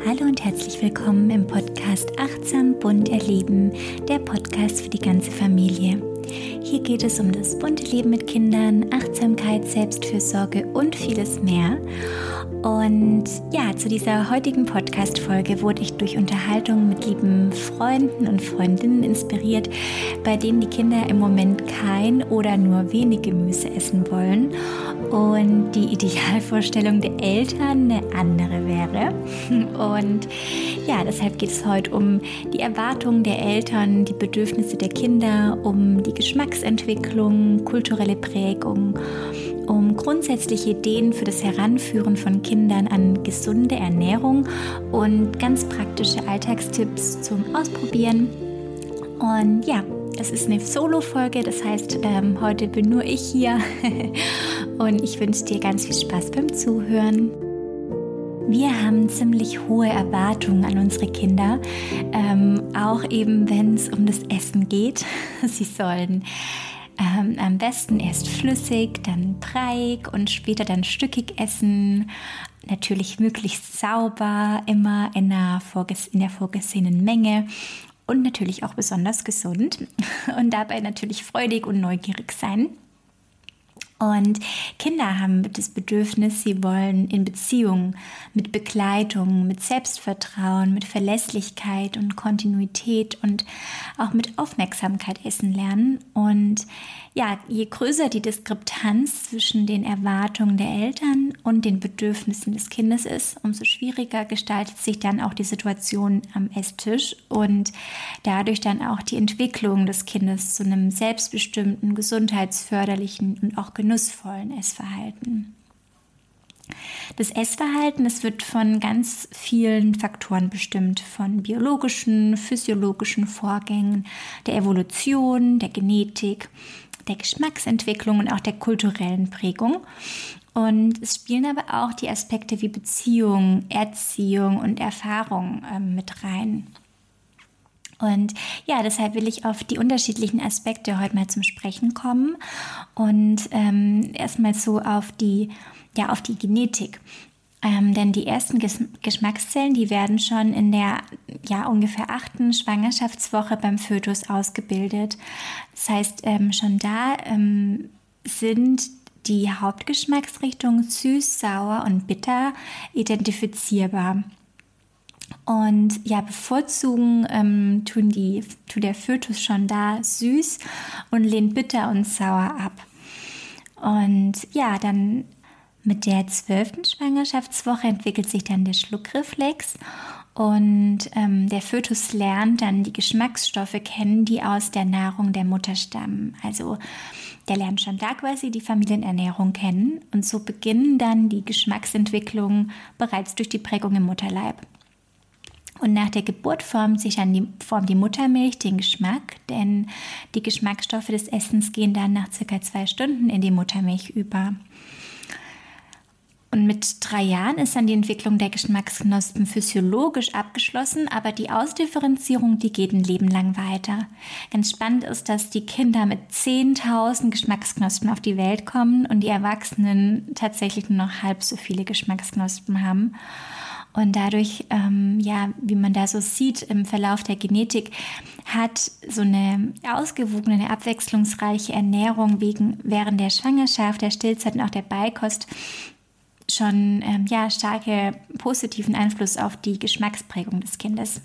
Hallo und herzlich willkommen im Podcast Achtsam bunt erleben, der Podcast für die ganze Familie. Hier geht es um das bunte Leben mit Kindern, Achtsamkeit, Selbstfürsorge und vieles mehr. Und ja, zu dieser heutigen Podcast-Folge wurde ich durch Unterhaltung mit lieben Freunden und Freundinnen inspiriert, bei denen die Kinder im Moment kein oder nur wenig Gemüse essen wollen und die Idealvorstellung der Eltern eine andere wäre. Und ja, deshalb geht es heute um die Erwartungen der Eltern, die Bedürfnisse der Kinder, um die Geschmacksentwicklung, kulturelle Prägung, um grundsätzliche Ideen für das Heranführen von Kindern an gesunde Ernährung und ganz praktische Alltagstipps zum Ausprobieren. Und ja, es ist eine Solo-Folge, das heißt, heute bin nur ich hier und ich wünsche dir ganz viel Spaß beim Zuhören. Wir haben ziemlich hohe Erwartungen an unsere Kinder, auch eben wenn es um das Essen geht. Sie sollen am besten erst flüssig, dann breiig und später dann stückig essen. Natürlich möglichst sauber, immer in der vorgesehenen Menge und natürlich auch besonders gesund und dabei natürlich freudig und neugierig sein. Und Kinder haben das Bedürfnis, sie wollen in Beziehung, mit Begleitung, mit Selbstvertrauen, mit Verlässlichkeit und Kontinuität und auch mit Aufmerksamkeit essen lernen. Und ja, je größer die Diskrepanz zwischen den Erwartungen der Eltern und den Bedürfnissen des Kindes ist, umso schwieriger gestaltet sich dann auch die Situation am Esstisch und dadurch dann auch die Entwicklung des Kindes zu einem selbstbestimmten, gesundheitsförderlichen und auch genussvollen Essverhalten. Das Essverhalten, das wird von ganz vielen Faktoren bestimmt, von biologischen, physiologischen Vorgängen, der Evolution, der Genetik, der Geschmacksentwicklung und auch der kulturellen Prägung. Und es spielen aber auch die Aspekte wie Beziehung, Erziehung und Erfahrung mit rein. Und ja, deshalb will ich auf die unterschiedlichen Aspekte heute mal zum Sprechen kommen und erstmal so auf die Genetik. Denn die ersten Geschmackszellen, die werden schon in der ungefähr 8. Schwangerschaftswoche beim Fötus ausgebildet. Das heißt, schon da sind die Hauptgeschmacksrichtungen süß, sauer und bitter identifizierbar. Und ja, bevorzugen tut der Fötus schon da süß und lehnt bitter und sauer ab. Und ja, dann mit der 12. Schwangerschaftswoche entwickelt sich dann der Schluckreflex und der Fötus lernt dann die Geschmacksstoffe kennen, die aus der Nahrung der Mutter stammen. Also der lernt schon da quasi die Familienernährung kennen und so beginnen dann die Geschmacksentwicklungen bereits durch die Prägung im Mutterleib. Und nach der Geburt formt die Muttermilch den Geschmack, denn die Geschmacksstoffe des Essens gehen dann nach ca. 2 Stunden in die Muttermilch über. Und mit 3 Jahren ist dann die Entwicklung der Geschmacksknospen physiologisch abgeschlossen, aber die Ausdifferenzierung, die geht ein Leben lang weiter. Ganz spannend ist, dass die Kinder mit 10.000 Geschmacksknospen auf die Welt kommen und die Erwachsenen tatsächlich nur noch halb so viele Geschmacksknospen haben. Und dadurch, wie man da so sieht im Verlauf der Genetik, hat so eine ausgewogene, abwechslungsreiche Ernährung während der Schwangerschaft, der Stillzeit und auch der Beikost schon starke positiven Einfluss auf die Geschmacksprägung des Kindes.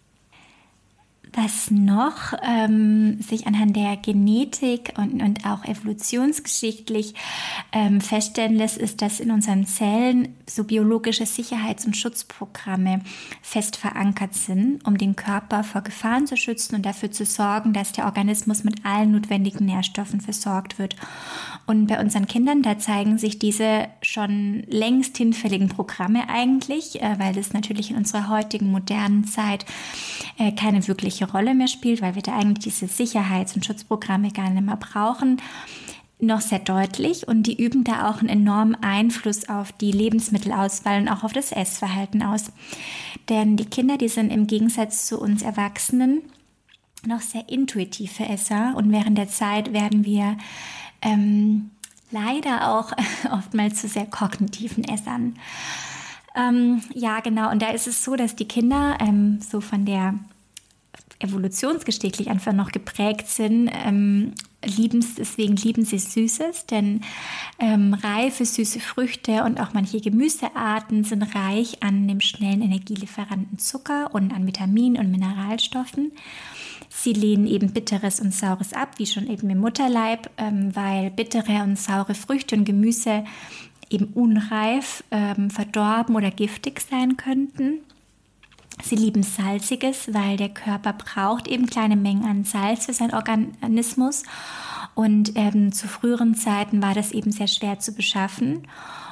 Was noch sich anhand der Genetik und auch evolutionsgeschichtlich feststellen lässt, ist, dass in unseren Zellen so biologische Sicherheits- und Schutzprogramme fest verankert sind, um den Körper vor Gefahren zu schützen und dafür zu sorgen, dass der Organismus mit allen notwendigen Nährstoffen versorgt wird. Und bei unseren Kindern, da zeigen sich diese schon längst hinfälligen Programme eigentlich, weil das natürlich in unserer heutigen modernen Zeit keine wirkliche Rolle mehr spielt, weil wir da eigentlich diese Sicherheits- und Schutzprogramme gar nicht mehr brauchen, noch sehr deutlich. Und die üben da auch einen enormen Einfluss auf die Lebensmittelauswahl und auch auf das Essverhalten aus. Denn die Kinder, die sind im Gegensatz zu uns Erwachsenen noch sehr intuitive Esser und während der Zeit werden wir leider auch oftmals zu sehr kognitiven Essern. Ja, genau. Und da ist es so, dass die Kinder so von der evolutionsgeschichtlich einfach noch geprägt sind, deswegen lieben sie Süßes, denn reife, süße Früchte und auch manche Gemüsearten sind reich an dem schnellen Energielieferanten Zucker und an Vitaminen und Mineralstoffen. Sie lehnen eben Bitteres und Saures ab, wie schon eben im Mutterleib, weil bittere und saure Früchte und Gemüse eben unreif, verdorben oder giftig sein könnten. Sie lieben Salziges, weil der Körper braucht eben kleine Mengen an Salz für seinen Organismus. Und zu früheren Zeiten war das eben sehr schwer zu beschaffen.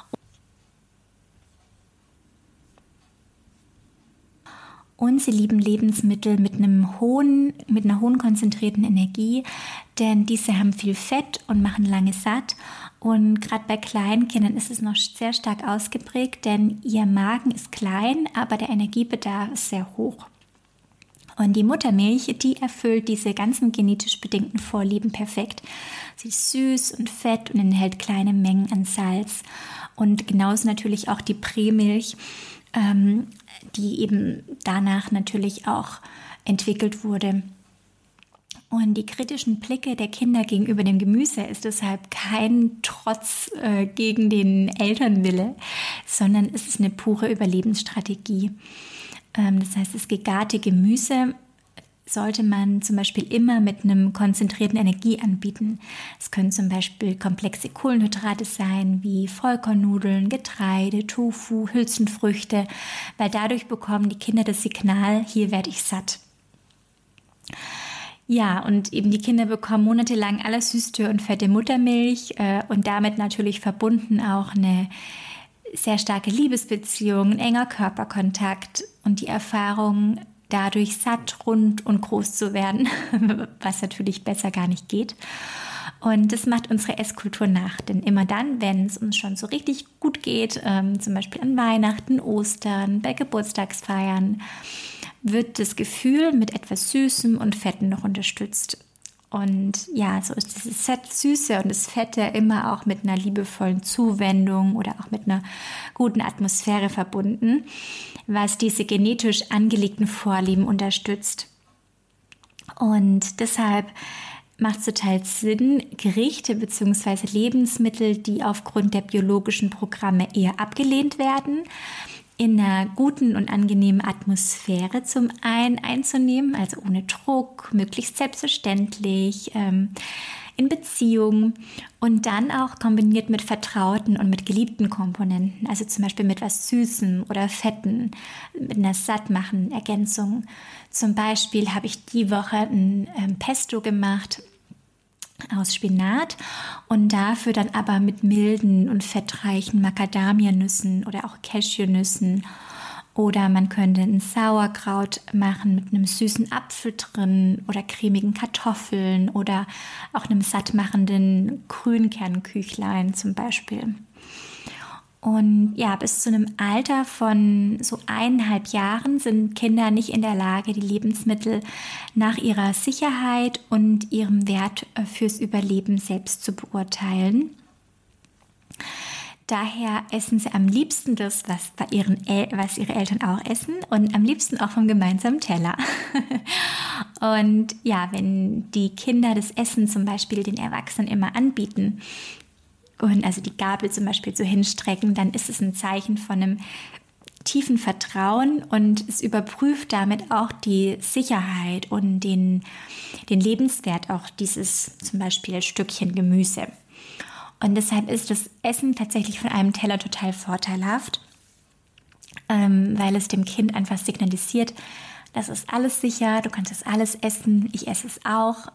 Und sie lieben Lebensmittel mit einer hohen konzentrierten Energie, denn diese haben viel Fett und machen lange satt. Und gerade bei kleinen Kindern ist es noch sehr stark ausgeprägt, denn ihr Magen ist klein, aber der Energiebedarf ist sehr hoch. Und die Muttermilch, die erfüllt diese ganzen genetisch bedingten Vorlieben perfekt. Sie ist süß und fett und enthält kleine Mengen an Salz. Und genauso natürlich auch die Prämilch, die eben danach natürlich auch entwickelt wurde. Und die kritischen Blicke der Kinder gegenüber dem Gemüse ist deshalb kein Trotz gegen den Elternwille, sondern es ist eine pure Überlebensstrategie. Das heißt, das gegarte Gemüse sollte man zum Beispiel immer mit einem konzentrierten Energie anbieten. Es können zum Beispiel komplexe Kohlenhydrate sein, wie Vollkornnudeln, Getreide, Tofu, Hülsenfrüchte, weil dadurch bekommen die Kinder das Signal, hier werde ich satt. Ja, und eben die Kinder bekommen monatelang allersüßte und fette Muttermilch und damit natürlich verbunden auch eine sehr starke Liebesbeziehung, ein enger Körperkontakt und die Erfahrung, dadurch satt, rund und groß zu werden, was natürlich besser gar nicht geht. Und das macht unsere Esskultur nach, denn immer dann, wenn es uns schon so richtig gut geht, zum Beispiel an Weihnachten, Ostern, bei Geburtstagsfeiern, wird das Gefühl mit etwas Süßem und Fettem noch unterstützt. Und ja, so ist dieses Süße und das Fette immer auch mit einer liebevollen Zuwendung oder auch mit einer guten Atmosphäre verbunden, was diese genetisch angelegten Vorlieben unterstützt. Und deshalb macht es total Sinn, Gerichte bzw. Lebensmittel, die aufgrund der biologischen Programme eher abgelehnt werden, in einer guten und angenehmen Atmosphäre zum einen einzunehmen, also ohne Druck, möglichst selbstverständlich, in Beziehung und dann auch kombiniert mit vertrauten und mit geliebten Komponenten, also zum Beispiel mit was Süßem oder Fetten, mit einer sattmachenden Ergänzung. Zum Beispiel habe ich die Woche ein Pesto gemacht aus Spinat und dafür dann aber mit milden und fettreichen Macadamianüssen oder auch Cashewnüssen. Oder man könnte ein Sauerkraut machen mit einem süßen Apfel drin oder cremigen Kartoffeln oder auch einem sattmachenden Grünkernküchlein zum Beispiel. Und ja, bis zu einem Alter von so 1,5 Jahren sind Kinder nicht in der Lage, die Lebensmittel nach ihrer Sicherheit und ihrem Wert fürs Überleben selbst zu beurteilen. Daher essen sie am liebsten das, was ihre Eltern auch essen und am liebsten auch vom gemeinsamen Teller. Und ja, wenn die Kinder das Essen zum Beispiel den Erwachsenen immer anbieten, und also die Gabel zum Beispiel so hinstrecken, dann ist es ein Zeichen von einem tiefen Vertrauen und es überprüft damit auch die Sicherheit und den Lebenswert auch dieses zum Beispiel Stückchen Gemüse. Und deshalb ist das Essen tatsächlich von einem Teller total vorteilhaft, weil es dem Kind einfach signalisiert, das ist alles sicher, du kannst das alles essen, ich esse es auch.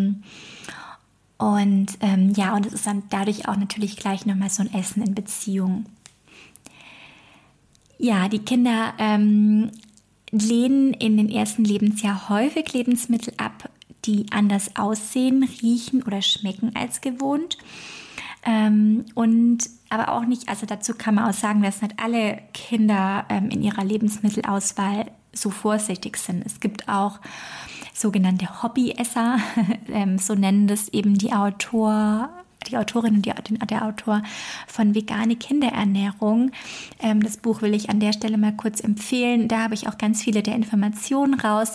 Und es ist dann dadurch auch natürlich gleich nochmal so ein Essen in Beziehung. Ja, die Kinder lehnen in den ersten Lebensjahr häufig Lebensmittel ab, die anders aussehen, riechen oder schmecken als gewohnt. Aber auch nicht, also dazu kann man auch sagen, dass nicht alle Kinder in ihrer Lebensmittelauswahl so vorsichtig sind. Es gibt auch sogenannte Hobbyesser, so nennen das eben die Autoren die Autorin und der Autor von Vegane Kinderernährung. Das Buch will ich an der Stelle mal kurz empfehlen. Da habe ich auch ganz viele der Informationen raus.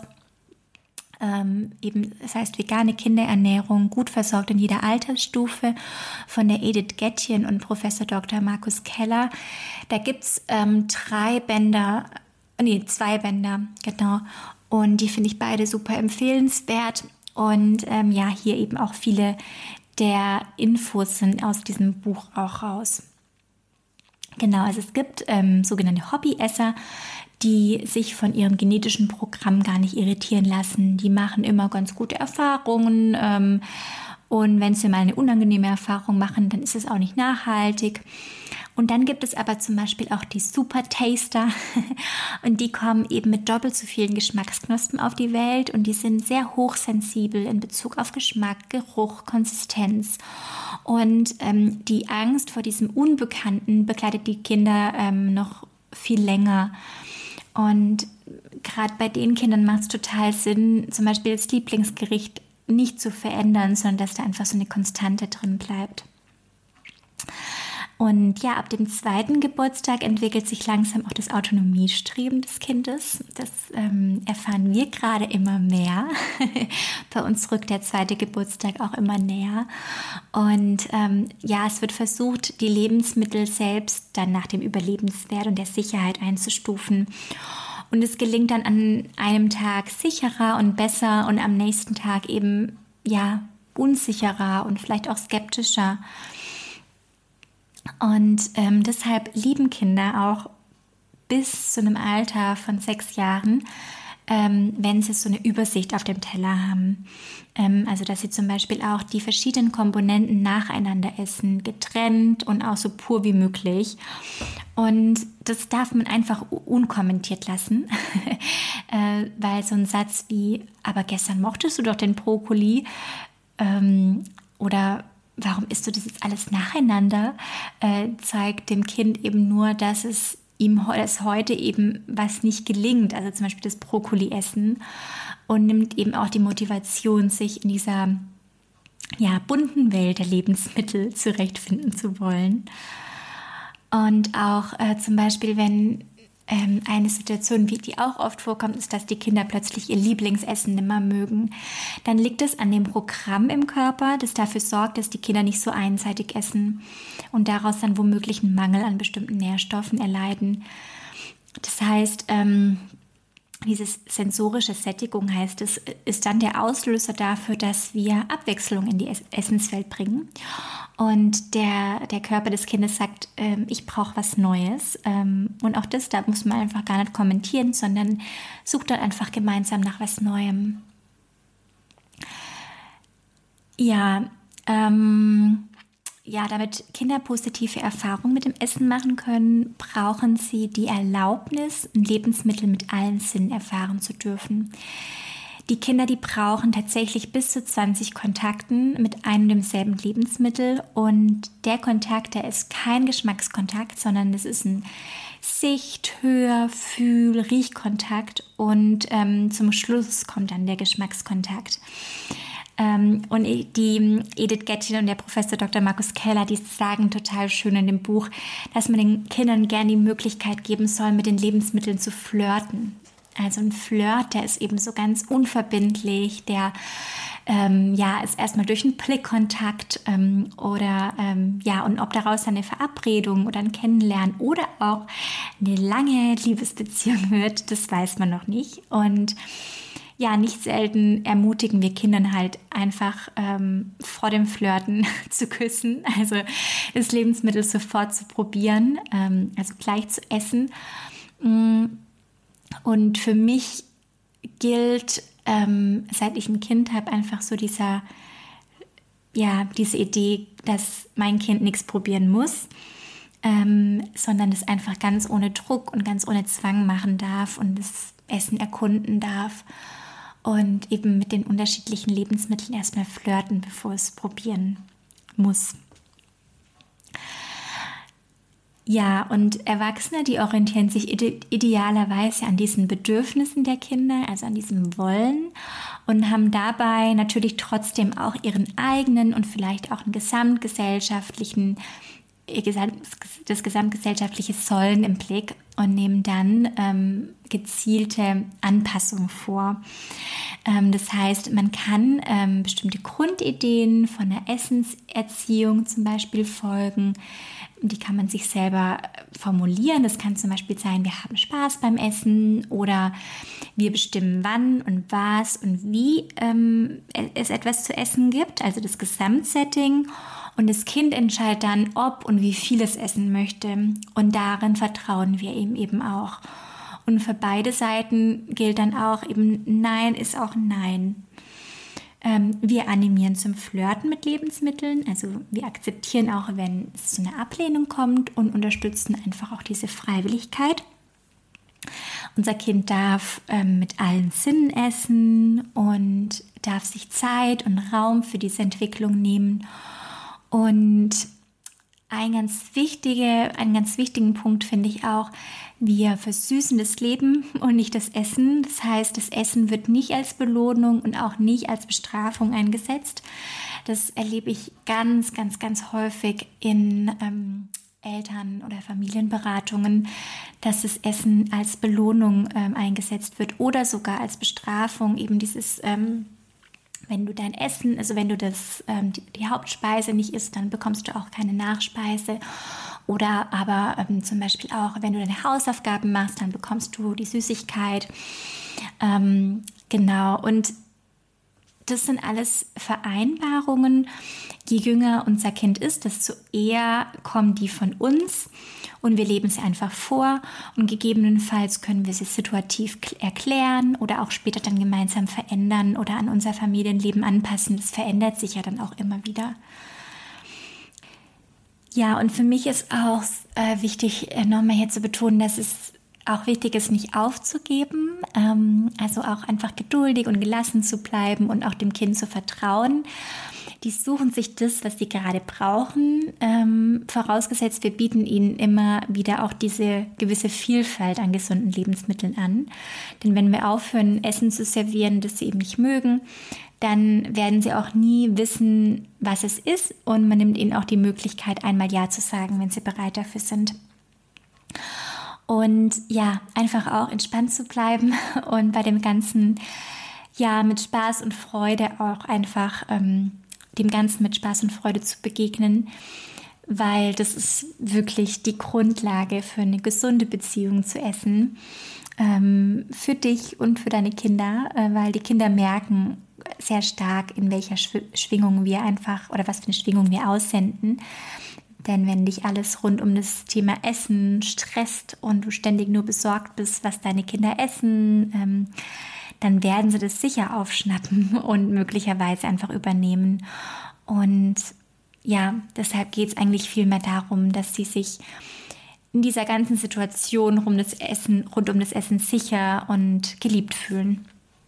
Es heißt Vegane Kinderernährung, gut versorgt in jeder Altersstufe, von der Edith Gettjen und Professor Dr. Markus Keller. Da gibt es 2 Bänder, genau. Und die finde ich beide super empfehlenswert. Und hier eben auch viele der Infos sind aus diesem Buch auch raus. Genau, also es gibt sogenannte Hobbyesser, die sich von ihrem genetischen Programm gar nicht irritieren lassen. Die machen immer ganz gute Erfahrungen und wenn sie mal eine unangenehme Erfahrung machen, dann ist es auch nicht nachhaltig. Und dann gibt es aber zum Beispiel auch die Super-Taster und die kommen eben mit doppelt so vielen Geschmacksknospen auf die Welt und die sind sehr hochsensibel in Bezug auf Geschmack, Geruch, Konsistenz. Und die Angst vor diesem Unbekannten begleitet die Kinder noch viel länger. Und gerade bei den Kindern macht es total Sinn, zum Beispiel das Lieblingsgericht nicht zu verändern, sondern dass da einfach so eine Konstante drin bleibt. Und ja, ab dem 2. Geburtstag entwickelt sich langsam auch das Autonomiestreben des Kindes. Das erfahren wir gerade immer mehr. Bei uns rückt der 2. Geburtstag auch immer näher. Und es wird versucht, die Lebensmittel selbst dann nach dem Überlebenswert und der Sicherheit einzustufen. Und es gelingt dann an einem Tag sicherer und besser und am nächsten Tag eben unsicherer und vielleicht auch skeptischer. Und deshalb lieben Kinder auch bis zu einem Alter von 6 Jahren, wenn sie so eine Übersicht auf dem Teller haben. Also dass sie zum Beispiel auch die verschiedenen Komponenten nacheinander essen, getrennt und auch so pur wie möglich. Und das darf man einfach unkommentiert lassen, weil so ein Satz wie, aber gestern mochtest du doch den Brokkoli oder warum isst du das jetzt alles nacheinander, zeigt dem Kind eben nur, dass es ihm heute eben was nicht gelingt, also zum Beispiel das Brokkoli essen, und nimmt eben auch die Motivation, sich in dieser bunten Welt der Lebensmittel zurechtfinden zu wollen. Und auch zum Beispiel, wenn eine Situation, wie die auch oft vorkommt, ist, dass die Kinder plötzlich ihr Lieblingsessen nicht mehr mögen. Dann liegt es an dem Programm im Körper, das dafür sorgt, dass die Kinder nicht so einseitig essen und daraus dann womöglich einen Mangel an bestimmten Nährstoffen erleiden. Das heißt, dieses sensorische Sättigung heißt es, ist dann der Auslöser dafür, dass wir Abwechslung in die Essenswelt bringen. Und der Körper des Kindes sagt, ich brauche was Neues. Und auch das, da muss man einfach gar nicht kommentieren, sondern sucht dann einfach gemeinsam nach was Neuem. Damit Kinder positive Erfahrungen mit dem Essen machen können, brauchen sie die Erlaubnis, ein Lebensmittel mit allen Sinnen erfahren zu dürfen. Die Kinder, die brauchen tatsächlich bis zu 20 Kontakten mit einem und demselben Lebensmittel. Und der Kontakt, der ist kein Geschmackskontakt, sondern es ist ein Sicht-, Hör-, Fühl-, Riechkontakt. Und zum Schluss kommt dann der Geschmackskontakt. Und die Edith Gettjen und der Professor Dr. Markus Keller, die sagen total schön in dem Buch, dass man den Kindern gerne die Möglichkeit geben soll, mit den Lebensmitteln zu flirten. Also ein Flirt, der ist eben so ganz unverbindlich, der ist erstmal durch einen Blickkontakt und ob daraus eine Verabredung oder ein Kennenlernen oder auch eine lange Liebesbeziehung wird, das weiß man noch nicht. Und nicht selten ermutigen wir Kindern halt einfach vor dem Flirten zu küssen, also das Lebensmittel sofort zu probieren, also gleich zu essen. Und für mich gilt, seit ich ein Kind habe, einfach so diese Idee, dass mein Kind nichts probieren muss, sondern es einfach ganz ohne Druck und ganz ohne Zwang machen darf und das Essen erkunden darf und eben mit den unterschiedlichen Lebensmitteln erstmal flirten, bevor es probieren muss. Ja, und Erwachsene, die orientieren sich idealerweise an diesen Bedürfnissen der Kinder, also an diesem Wollen. und haben dabei natürlich trotzdem auch ihren eigenen und vielleicht auch einen das gesamtgesellschaftliche Sollen im Blick und nehmen dann gezielte Anpassungen vor. Das heißt, man kann bestimmte Grundideen von der Essenserziehung zum Beispiel folgen. Die kann man sich selber formulieren. Das kann zum Beispiel sein, wir haben Spaß beim Essen oder wir bestimmen, wann und was und wie es etwas zu essen gibt, also das Gesamtsetting. Und das Kind entscheidet dann, ob und wie viel es essen möchte. Und darin vertrauen wir ihm eben auch. Und für beide Seiten gilt dann auch eben, Nein ist auch Nein. Wir animieren zum Flirten mit Lebensmitteln. Also wir akzeptieren auch, wenn es zu einer Ablehnung kommt und unterstützen einfach auch diese Freiwilligkeit. Unser Kind darf mit allen Sinnen essen und darf sich Zeit und Raum für diese Entwicklung nehmen. Und einen ganz wichtigen Punkt finde ich auch, wir versüßen das Leben und nicht das Essen. Das heißt, das Essen wird nicht als Belohnung und auch nicht als Bestrafung eingesetzt. Das erlebe ich ganz, ganz, ganz häufig in Eltern- oder Familienberatungen, dass das Essen als Belohnung eingesetzt wird oder sogar als Bestrafung, eben dieses wenn du dein Essen, also wenn du die Hauptspeise nicht isst, dann bekommst du auch keine Nachspeise. Oder aber zum Beispiel auch, wenn du deine Hausaufgaben machst, dann bekommst du die Süßigkeit. Genau, und das sind alles Vereinbarungen. Je jünger unser Kind ist, desto eher kommen die von uns und wir leben sie einfach vor und gegebenenfalls können wir sie situativ erklären oder auch später dann gemeinsam verändern oder an unser Familienleben anpassen. Das verändert sich ja dann auch immer wieder. Ja, und für mich ist auch wichtig, nochmal hier zu betonen, dass es auch wichtig ist, nicht aufzugeben, also auch einfach geduldig und gelassen zu bleiben und auch dem Kind zu vertrauen. Die suchen sich das, was sie gerade brauchen, vorausgesetzt, wir bieten ihnen immer wieder auch diese gewisse Vielfalt an gesunden Lebensmitteln an. Denn wenn wir aufhören, Essen zu servieren, das sie eben nicht mögen, dann werden sie auch nie wissen, was es ist und man nimmt ihnen auch die Möglichkeit, einmal Ja zu sagen, wenn sie bereit dafür sind. Und ja, einfach auch entspannt zu bleiben und bei dem Ganzen ja mit Spaß und Freude auch einfach dem Ganzen mit Spaß und Freude zu begegnen, weil das ist wirklich die Grundlage für eine gesunde Beziehung zu Essen, für dich und für deine Kinder, weil die Kinder merken sehr stark, in welcher Schwingung wir einfach oder was für eine Schwingung wir aussenden. Denn wenn dich alles rund um das Thema Essen stresst und du ständig nur besorgt bist, was deine Kinder essen, dann werden sie das sicher aufschnappen und möglicherweise einfach übernehmen. Und ja, deshalb geht es eigentlich vielmehr darum, dass sie sich in dieser ganzen Situation rund um das Essen sicher und geliebt fühlen.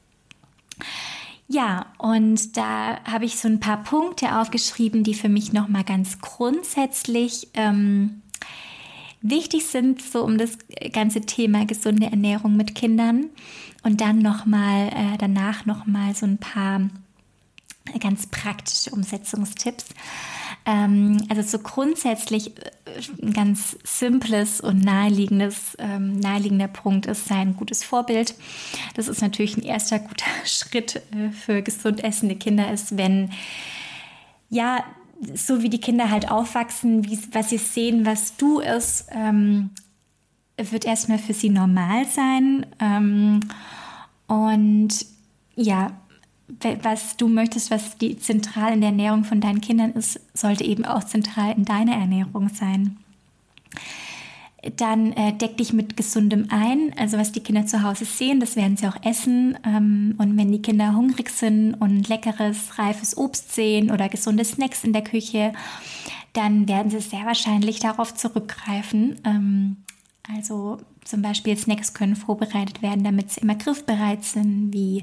Ja, und da habe ich so ein paar Punkte aufgeschrieben, die für mich nochmal ganz grundsätzlich wichtig sind, so um das ganze Thema gesunde Ernährung mit Kindern. Und dann danach nochmal so ein paar ganz praktische Umsetzungstipps. Also so grundsätzlich ein ganz simples und naheliegender Punkt ist, sei ein gutes Vorbild. Das ist natürlich ein erster guter Schritt für gesund essende Kinder ist, wenn, ja, so wie die Kinder halt aufwachsen, was sie sehen, was du isst, wird erstmal für sie normal sein. Und ja, was du möchtest, was zentral in der Ernährung von deinen Kindern ist, sollte eben auch zentral in deiner Ernährung sein. Dann deck dich mit Gesundem ein, also was die Kinder zu Hause sehen, das werden sie auch essen. Und wenn die Kinder hungrig sind und leckeres, reifes Obst sehen oder gesunde Snacks in der Küche, dann werden sie sehr wahrscheinlich darauf zurückgreifen. Also zum Beispiel Snacks können vorbereitet werden, damit sie immer griffbereit sind, wie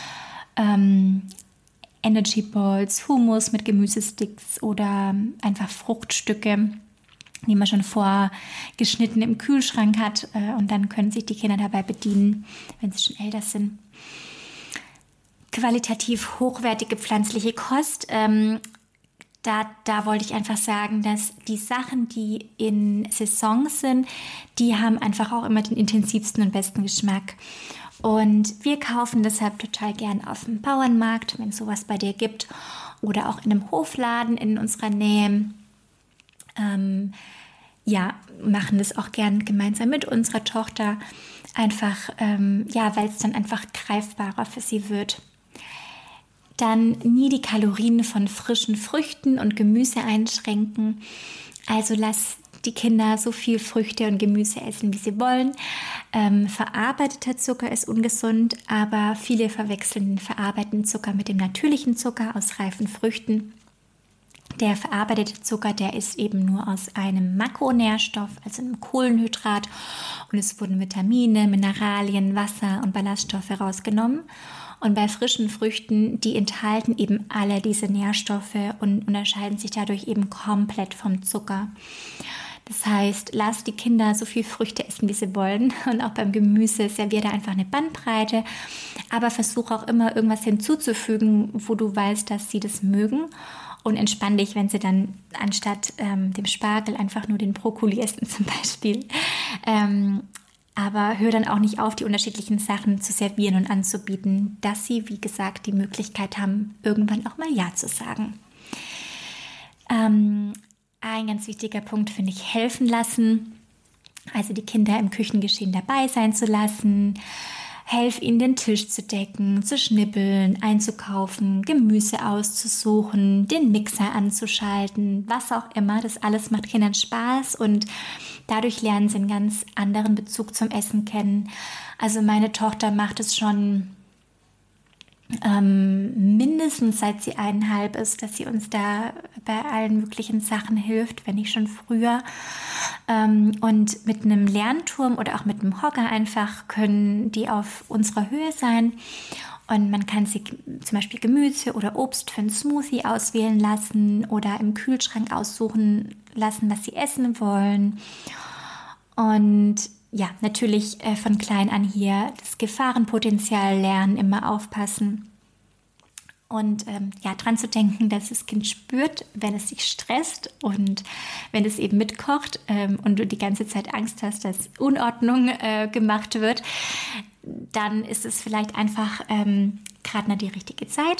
Energy Balls, Hummus mit Gemüsesticks oder einfach Fruchtstücke, die man schon vorgeschnitten im Kühlschrank hat, und dann können sich die Kinder dabei bedienen, wenn sie schon älter sind. qualitativ hochwertige pflanzliche Kost. Da wollte ich einfach sagen, dass die Sachen, die in Saison sind, die haben einfach auch immer den intensivsten und besten Geschmack. Und wir kaufen deshalb total gern auf dem Bauernmarkt, wenn es sowas bei dir gibt, oder auch in einem Hofladen in unserer Nähe. Machen das auch gern gemeinsam mit unserer Tochter, einfach, weil es dann einfach greifbarer für sie wird. Dann nie die Kalorien von frischen Früchten und Gemüse einschränken. Also lass die Kinder so viel Früchte und Gemüse essen, wie sie wollen. Verarbeiteter Zucker ist ungesund, aber viele verwechseln den verarbeiteten Zucker mit dem natürlichen Zucker aus reifen Früchten. Der verarbeitete Zucker, der ist eben nur aus einem Makronährstoff, also einem Kohlenhydrat, und es wurden Vitamine, Mineralien, Wasser und Ballaststoffe rausgenommen. Und bei frischen Früchten, die enthalten eben alle diese Nährstoffe und unterscheiden sich dadurch eben komplett vom Zucker. Das heißt, lass die Kinder so viel Früchte essen, wie sie wollen. Und auch beim Gemüse serviere einfach eine Bandbreite. Aber versuche auch immer irgendwas hinzuzufügen, wo du weißt, dass sie das mögen. Und entspann dich, wenn sie dann anstatt dem Spargel einfach nur den Brokkoli essen zum Beispiel. Aber hör dann auch nicht auf, die unterschiedlichen Sachen zu servieren und anzubieten, dass sie, wie gesagt, die Möglichkeit haben, irgendwann auch mal Ja zu sagen. Ein ganz wichtiger Punkt finde ich, helfen lassen. Also die Kinder im Küchengeschehen dabei sein zu lassen. Helf ihnen, den Tisch zu decken, zu schnippeln, einzukaufen, Gemüse auszusuchen, den Mixer anzuschalten, was auch immer. Das alles macht Kindern Spaß und dadurch lernen sie einen ganz anderen Bezug zum Essen kennen. Also meine Tochter macht es schon mindestens seit sie 1,5 ist, dass sie uns da bei allen möglichen Sachen hilft, wenn nicht schon früher. Und mit einem Lernturm oder auch mit einem Hocker einfach können die auf unserer Höhe sein. Und man kann sie zum Beispiel Gemüse oder Obst für einen Smoothie auswählen lassen oder im Kühlschrank aussuchen lassen, was sie essen wollen. Und ja, natürlich von klein an hier das Gefahrenpotenzial lernen, immer aufpassen. Und dran zu denken, dass das Kind spürt, wenn es sich stresst und wenn es eben mitkocht und du die ganze Zeit Angst hast, dass Unordnung gemacht wird, dann ist es vielleicht einfach gerade nicht die richtige Zeit.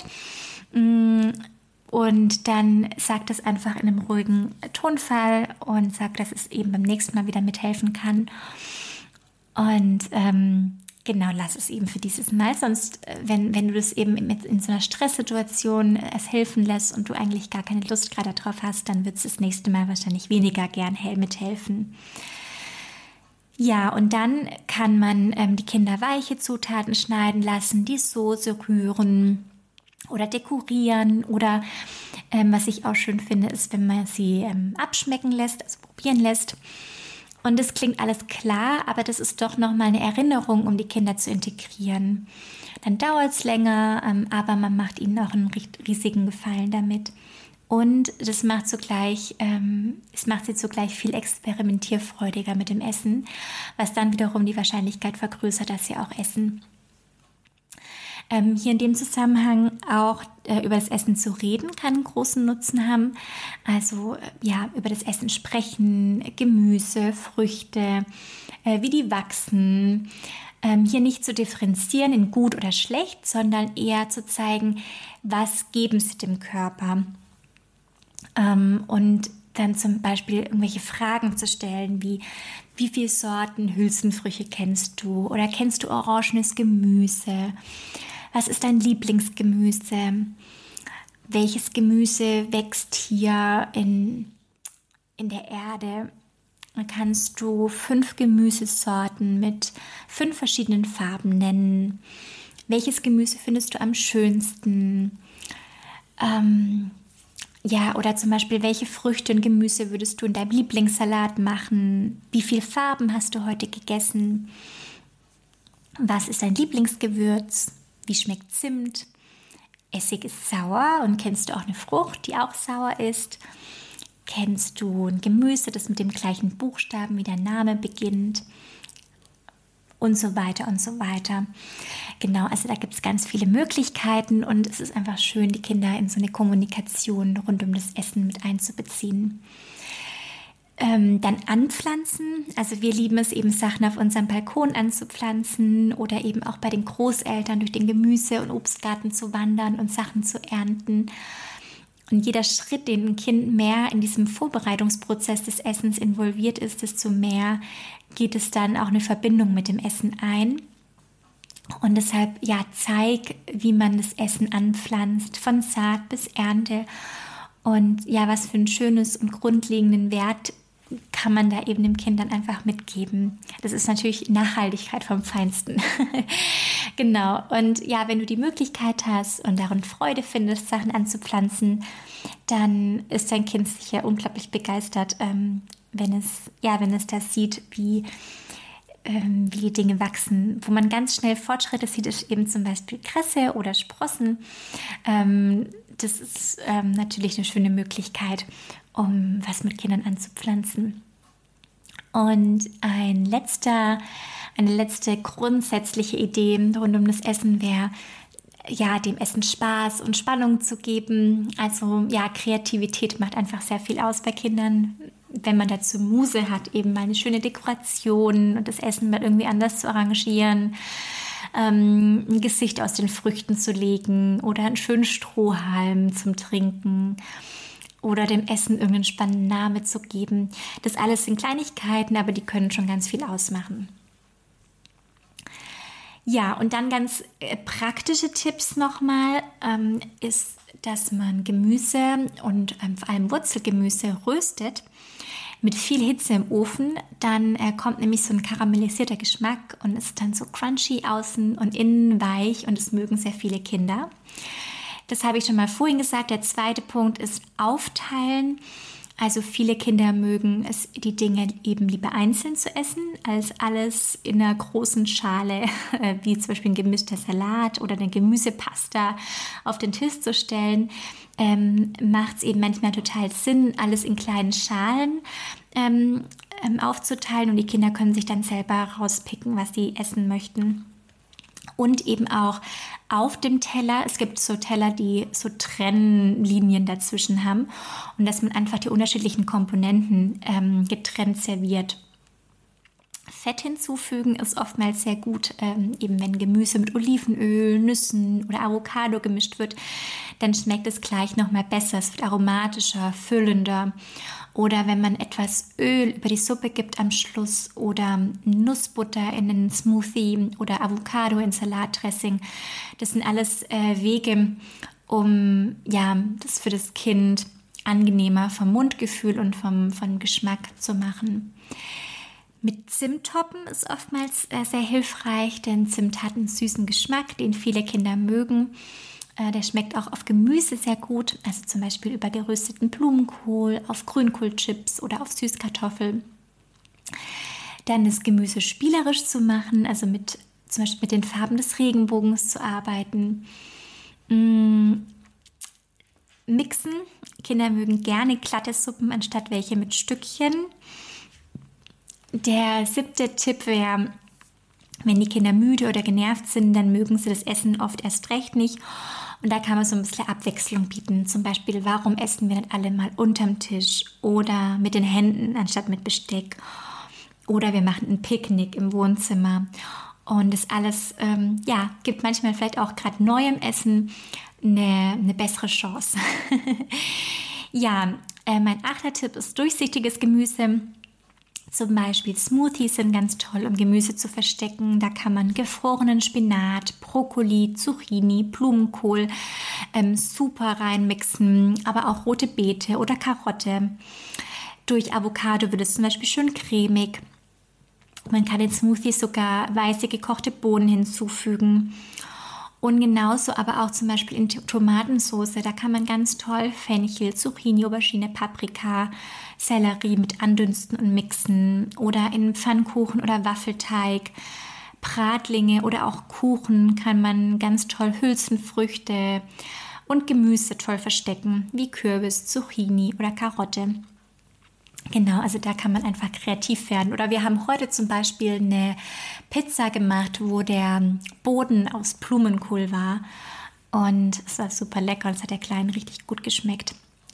Und dann sag das einfach in einem ruhigen Tonfall und sag, dass es eben beim nächsten Mal wieder mithelfen kann. Und lass es eben für dieses Mal. Sonst, wenn du das eben in so einer Stresssituation es helfen lässt und du eigentlich gar keine Lust gerade darauf hast, dann wird es das nächste Mal wahrscheinlich weniger gern mithelfen. Ja, und dann kann man die Kinder weiche Zutaten schneiden lassen, die Soße rühren oder dekorieren oder was ich auch schön finde, ist, wenn man sie abschmecken lässt, also probieren lässt. Und das klingt alles klar, aber das ist doch nochmal eine Erinnerung, um die Kinder zu integrieren. Dann dauert es länger, aber man macht ihnen auch einen riesigen Gefallen damit. Und das macht sie zugleich viel experimentierfreudiger mit dem Essen, was dann wiederum die Wahrscheinlichkeit vergrößert, dass sie auch essen. Hier in dem Zusammenhang auch über das Essen zu reden, kann einen großen Nutzen haben. Also über das Essen sprechen, Gemüse, Früchte, wie die wachsen. Hier nicht zu differenzieren in gut oder schlecht, sondern eher zu zeigen, was geben sie dem Körper. Und dann zum Beispiel irgendwelche Fragen zu stellen, wie viele Sorten Hülsenfrüchte kennst du? Oder kennst du orangenes Gemüse? Was ist dein Lieblingsgemüse? Welches Gemüse wächst hier in der Erde? Dann kannst du 5 Gemüsesorten mit 5 verschiedenen Farben nennen. Welches Gemüse findest du am schönsten? Oder zum Beispiel, welche Früchte und Gemüse würdest du in deinem Lieblingssalat machen? Wie viele Farben hast du heute gegessen? Was ist dein Lieblingsgewürz? Wie schmeckt Zimt? Essig ist sauer und kennst du auch eine Frucht, die auch sauer ist? Kennst du ein Gemüse, das mit dem gleichen Buchstaben wie der Name beginnt? Und so weiter und so weiter. Genau, also da gibt es ganz viele Möglichkeiten und es ist einfach schön, die Kinder in so eine Kommunikation rund um das Essen mit einzubeziehen. Dann anpflanzen. Also wir lieben es eben, Sachen auf unserem Balkon anzupflanzen oder eben auch bei den Großeltern durch den Gemüse- und Obstgarten zu wandern und Sachen zu ernten. Und jeder Schritt, den ein Kind mehr in diesem Vorbereitungsprozess des Essens involviert ist, desto mehr geht es dann auch eine Verbindung mit dem Essen ein. Und deshalb, ja, zeig, wie man das Essen anpflanzt, von Saat bis Ernte. Und ja, was für ein schönes und grundlegenden Wert kann man da eben dem Kind dann einfach mitgeben. Das ist natürlich Nachhaltigkeit vom Feinsten. Genau. Und ja, wenn du die Möglichkeit hast und darin Freude findest, Sachen anzupflanzen, dann ist dein Kind sicher unglaublich begeistert, wenn es das sieht, wie die Dinge wachsen. Wo man ganz schnell Fortschritte sieht, ist eben zum Beispiel Kresse oder Sprossen. Das ist natürlich eine schöne Möglichkeit, um was mit Kindern anzupflanzen. Und eine letzte grundsätzliche Idee rund um das Essen wäre, ja, dem Essen Spaß und Spannung zu geben. Also ja, Kreativität macht einfach sehr viel aus bei Kindern. Wenn man dazu Muse hat, eben mal eine schöne Dekoration und das Essen mal irgendwie anders zu arrangieren, ein Gesicht aus den Früchten zu legen oder einen schönen Strohhalm zum Trinken oder dem Essen irgendeinen spannenden Namen zu geben. Das alles sind Kleinigkeiten, aber die können schon ganz viel ausmachen. Ja, und dann ganz praktische Tipps nochmal, ist, dass man Gemüse und vor allem Wurzelgemüse röstet mit viel Hitze im Ofen. Dann kommt nämlich so ein karamellisierter Geschmack und ist dann so crunchy außen und innen weich und das mögen sehr viele Kinder. Das habe ich schon mal vorhin gesagt. Der zweite Punkt ist aufteilen. Also viele Kinder mögen es, die Dinge eben lieber einzeln zu essen, als alles in einer großen Schale, wie zum Beispiel ein gemischter Salat oder eine Gemüsepasta auf den Tisch zu stellen. Macht es eben manchmal total Sinn, alles in kleinen Schalen aufzuteilen und die Kinder können sich dann selber rauspicken, was sie essen möchten. Und eben auch auf dem Teller, es gibt so Teller, die so Trennlinien dazwischen haben und dass man einfach die unterschiedlichen Komponenten getrennt serviert. Fett hinzufügen ist oftmals sehr gut, eben wenn Gemüse mit Olivenöl, Nüssen oder Avocado gemischt wird, dann schmeckt es gleich nochmal besser, es wird aromatischer, füllender. Oder wenn man etwas Öl über die Suppe gibt am Schluss oder Nussbutter in einen Smoothie oder Avocado in Salatdressing. Das sind alles Wege, um ja, das für das Kind angenehmer vom Mundgefühl und vom Geschmack zu machen. Mit Zimt toppen ist oftmals sehr hilfreich, denn Zimt hat einen süßen Geschmack, den viele Kinder mögen. Der schmeckt auch auf Gemüse sehr gut, also zum Beispiel über gerösteten Blumenkohl, auf Grünkohlchips oder auf Süßkartoffeln. Dann das Gemüse spielerisch zu machen, also zum Beispiel mit den Farben des Regenbogens zu arbeiten. Mixen. Kinder mögen gerne glatte Suppen anstatt welche mit Stückchen. Der 7. Tipp wäre, wenn die Kinder müde oder genervt sind, dann mögen sie das Essen oft erst recht nicht. Und da kann man so ein bisschen Abwechslung bieten. Zum Beispiel, warum essen wir nicht alle mal unterm Tisch oder mit den Händen anstatt mit Besteck? Oder wir machen ein Picknick im Wohnzimmer. Und das alles gibt manchmal vielleicht auch gerade neuem Essen eine bessere Chance. Mein 8. Tipp ist durchsichtiges Gemüse. Zum Beispiel Smoothies sind ganz toll, um Gemüse zu verstecken. Da kann man gefrorenen Spinat, Brokkoli, Zucchini, Blumenkohl super reinmixen, aber auch rote Beete oder Karotte. Durch Avocado wird es zum Beispiel schön cremig. Man kann in Smoothies sogar weiße gekochte Bohnen hinzufügen. Und genauso aber auch zum Beispiel in Tomatensauce, da kann man ganz toll Fenchel, Zucchini, Aubergine, Paprika, Sellerie mit andünsten und mixen oder in Pfannkuchen oder Waffelteig, Bratlinge oder auch Kuchen kann man ganz toll Hülsenfrüchte und Gemüse toll verstecken, wie Kürbis, Zucchini oder Karotte. Genau, also da kann man einfach kreativ werden. Oder wir haben heute zum Beispiel eine Pizza gemacht, wo der Boden aus Blumenkohl war. Und es war super lecker und es hat der Kleinen richtig gut geschmeckt.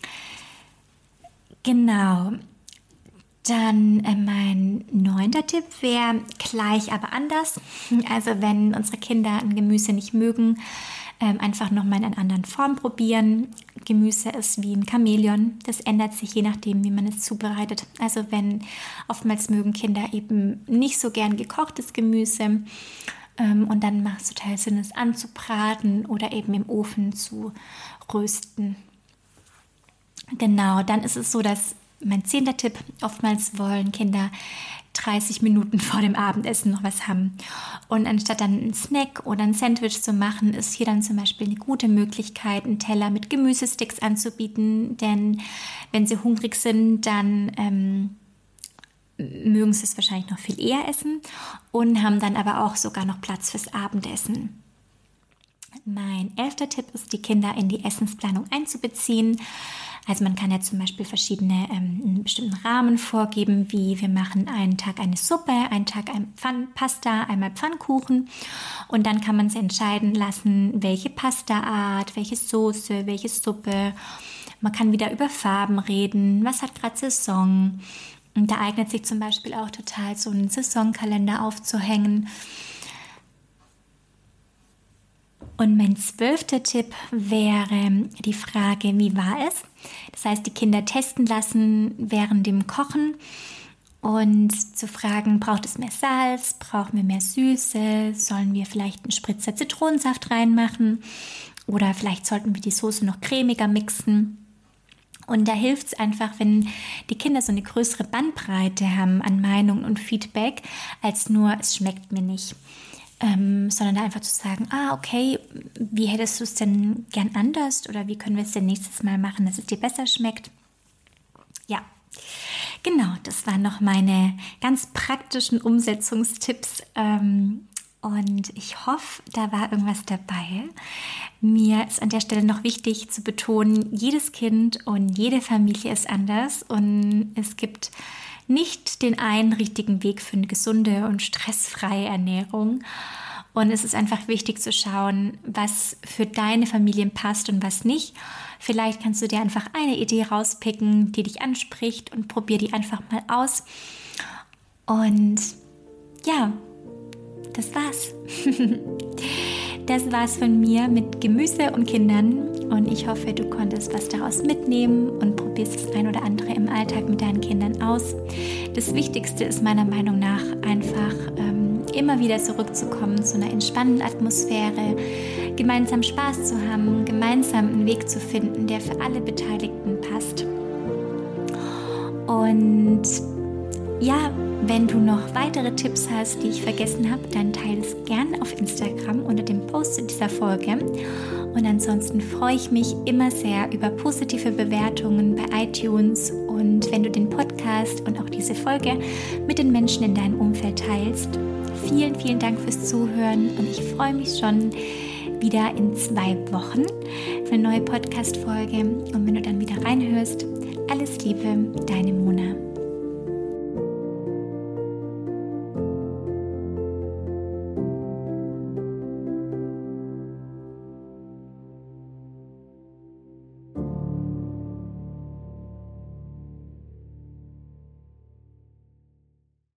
Genau. Dann mein 9. Tipp wäre gleich, aber anders. Also wenn unsere Kinder ein Gemüse nicht mögen, einfach nochmal in einer anderen Form probieren. Gemüse ist wie ein Chamäleon. Das ändert sich je nachdem, wie man es zubereitet. Also oftmals mögen Kinder eben nicht so gern gekochtes Gemüse. Und dann macht es total Sinn, es anzubraten oder eben im Ofen zu rösten. Genau, dann ist es so, dass mein 10. Tipp, oftmals wollen Kinder 30 Minuten vor dem Abendessen noch was haben. Und anstatt dann einen Snack oder ein Sandwich zu machen, ist hier dann zum Beispiel eine gute Möglichkeit, einen Teller mit Gemüsesticks anzubieten. Denn wenn sie hungrig sind, dann mögen sie es wahrscheinlich noch viel eher essen und haben dann aber auch sogar noch Platz fürs Abendessen. Mein 11. Tipp ist, die Kinder in die Essensplanung einzubeziehen. Also man kann ja zum Beispiel einen bestimmten Rahmen vorgeben, wie wir machen einen Tag eine Suppe, einen Tag Pasta, einmal Pfannkuchen. Und dann kann man sich entscheiden lassen, welche Pastaart, welche Soße, welche Suppe. Man kann wieder über Farben reden, was hat gerade Saison. Und da eignet sich zum Beispiel auch total, so einen Saisonkalender aufzuhängen. Und mein 12. Tipp wäre die Frage, wie war es? Das heißt, die Kinder testen lassen während dem Kochen und zu fragen, braucht es mehr Salz, brauchen wir mehr Süße, sollen wir vielleicht einen Spritzer Zitronensaft reinmachen oder vielleicht sollten wir die Soße noch cremiger mixen. Und da hilft es einfach, wenn die Kinder so eine größere Bandbreite haben an Meinungen und Feedback, als nur, es schmeckt mir nicht. Sondern da einfach zu sagen, okay, wie hättest du es denn gern anders oder wie können wir es denn nächstes Mal machen, dass es dir besser schmeckt? Ja, genau, das waren noch meine ganz praktischen Umsetzungstipps und ich hoffe, da war irgendwas dabei. Mir ist an der Stelle noch wichtig zu betonen, jedes Kind und jede Familie ist anders und es gibt nicht den einen richtigen Weg für eine gesunde und stressfreie Ernährung. Und es ist einfach wichtig zu schauen, was für deine Familie passt und was nicht. Vielleicht kannst du dir einfach eine Idee rauspicken, die dich anspricht und probier die einfach mal aus. Und ja, das war's. Das war's von mir mit Gemüse und Kindern und ich hoffe, du konntest was daraus mitnehmen und probierst das ein oder andere im Alltag mit deinen Kindern aus. Das Wichtigste ist meiner Meinung nach einfach immer wieder zurückzukommen zu einer entspannten Atmosphäre, gemeinsam Spaß zu haben, gemeinsam einen Weg zu finden, der für alle Beteiligten passt. Und ja, wenn du noch weitere Tipps hast, die ich vergessen habe, dann teile es gerne auf Instagram unter dem Post zu dieser Folge. Und ansonsten freue ich mich immer sehr über positive Bewertungen bei iTunes. Und wenn du den Podcast und auch diese Folge mit den Menschen in deinem Umfeld teilst. Vielen, vielen Dank fürs Zuhören und ich freue mich schon wieder in 2 Wochen für eine neue Podcast-Folge. Und wenn du dann wieder reinhörst, alles Liebe, deine Mona.